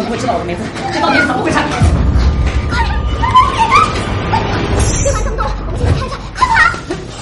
会知道我的名字，这到底是怎么回事？ 快！别管这么多了，我们进去看看，快跑！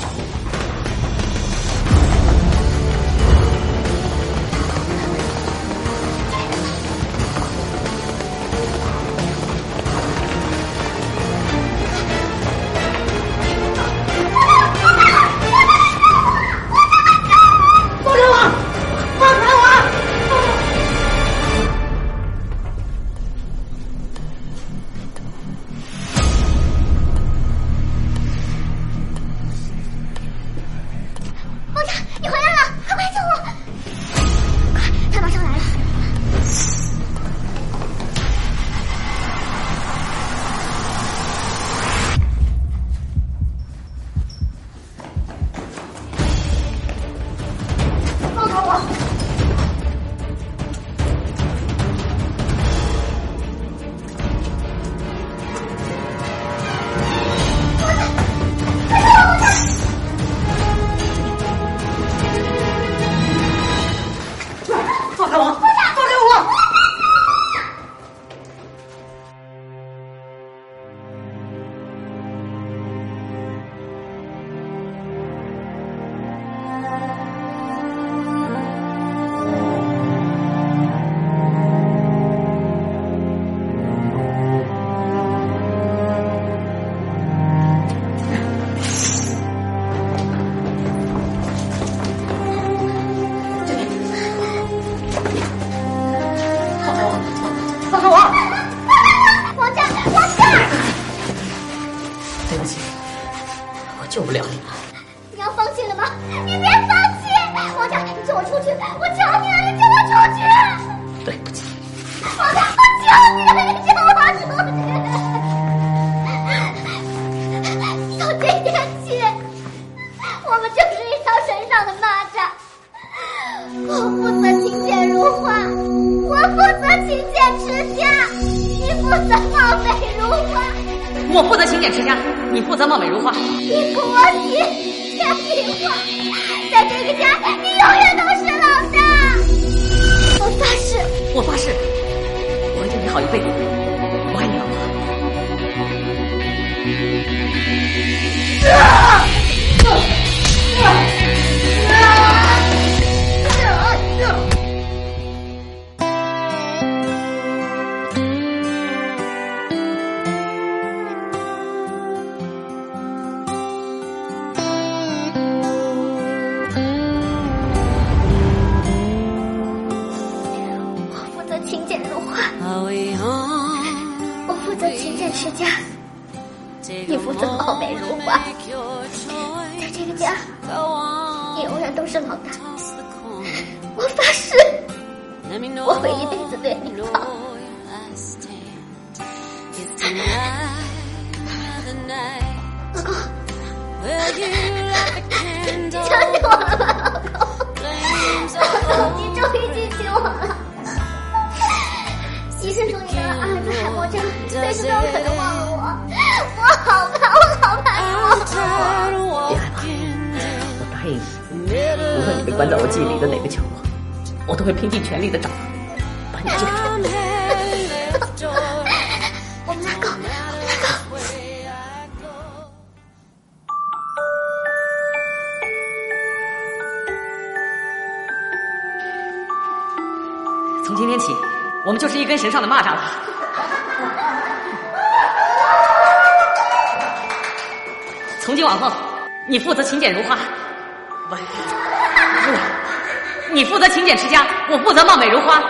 救不了你。 你要放弃了吗？你别放弃，王家，你救我出去！我求你了，你救我出去！ 对不起， 王家，我求你了，你救我出去！从今天起，我们就是一条神上的蚂蚱。我负责勤俭如花，我负责勤俭持家，你负责貌美如花。 我负责勤俭持家，你负责貌美如花。 你婆媳天地化，在这个家，你永远都是老大。我发誓， 我发誓，我会对你好一辈子。我爱你，老婆。 我负责勤俭持家，你负责貌美如花。在这个家，你永远都是老大。我发誓，我会一辈子对你好。老公，求求我了吧，老公，你终于记起我了。医生说你得了阿尔兹海默症，随时都有可能忘了我。我好怕你忘了我。 别害怕，我答应你，无论你被关在我记忆里的哪个角落，我都会拼尽全力的找，把你救出来。 我们拉钩， 从今天起，我们就是一根绳上的蚂蚱了。从今往后，你负责勤俭如花，不，你负责勤俭持家，我负责貌美如花。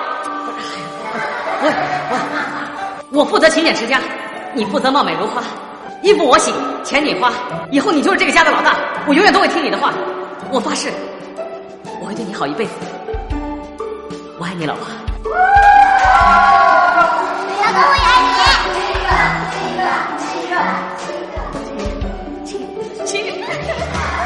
我负责勤俭持家，你负责貌美如花。衣服我洗，钱你花，以后你就是这个家的老大，我永远都会听你的话。我发誓，我会对你好一辈子。我爱你，老婆。 老公，我也爱你。 亲。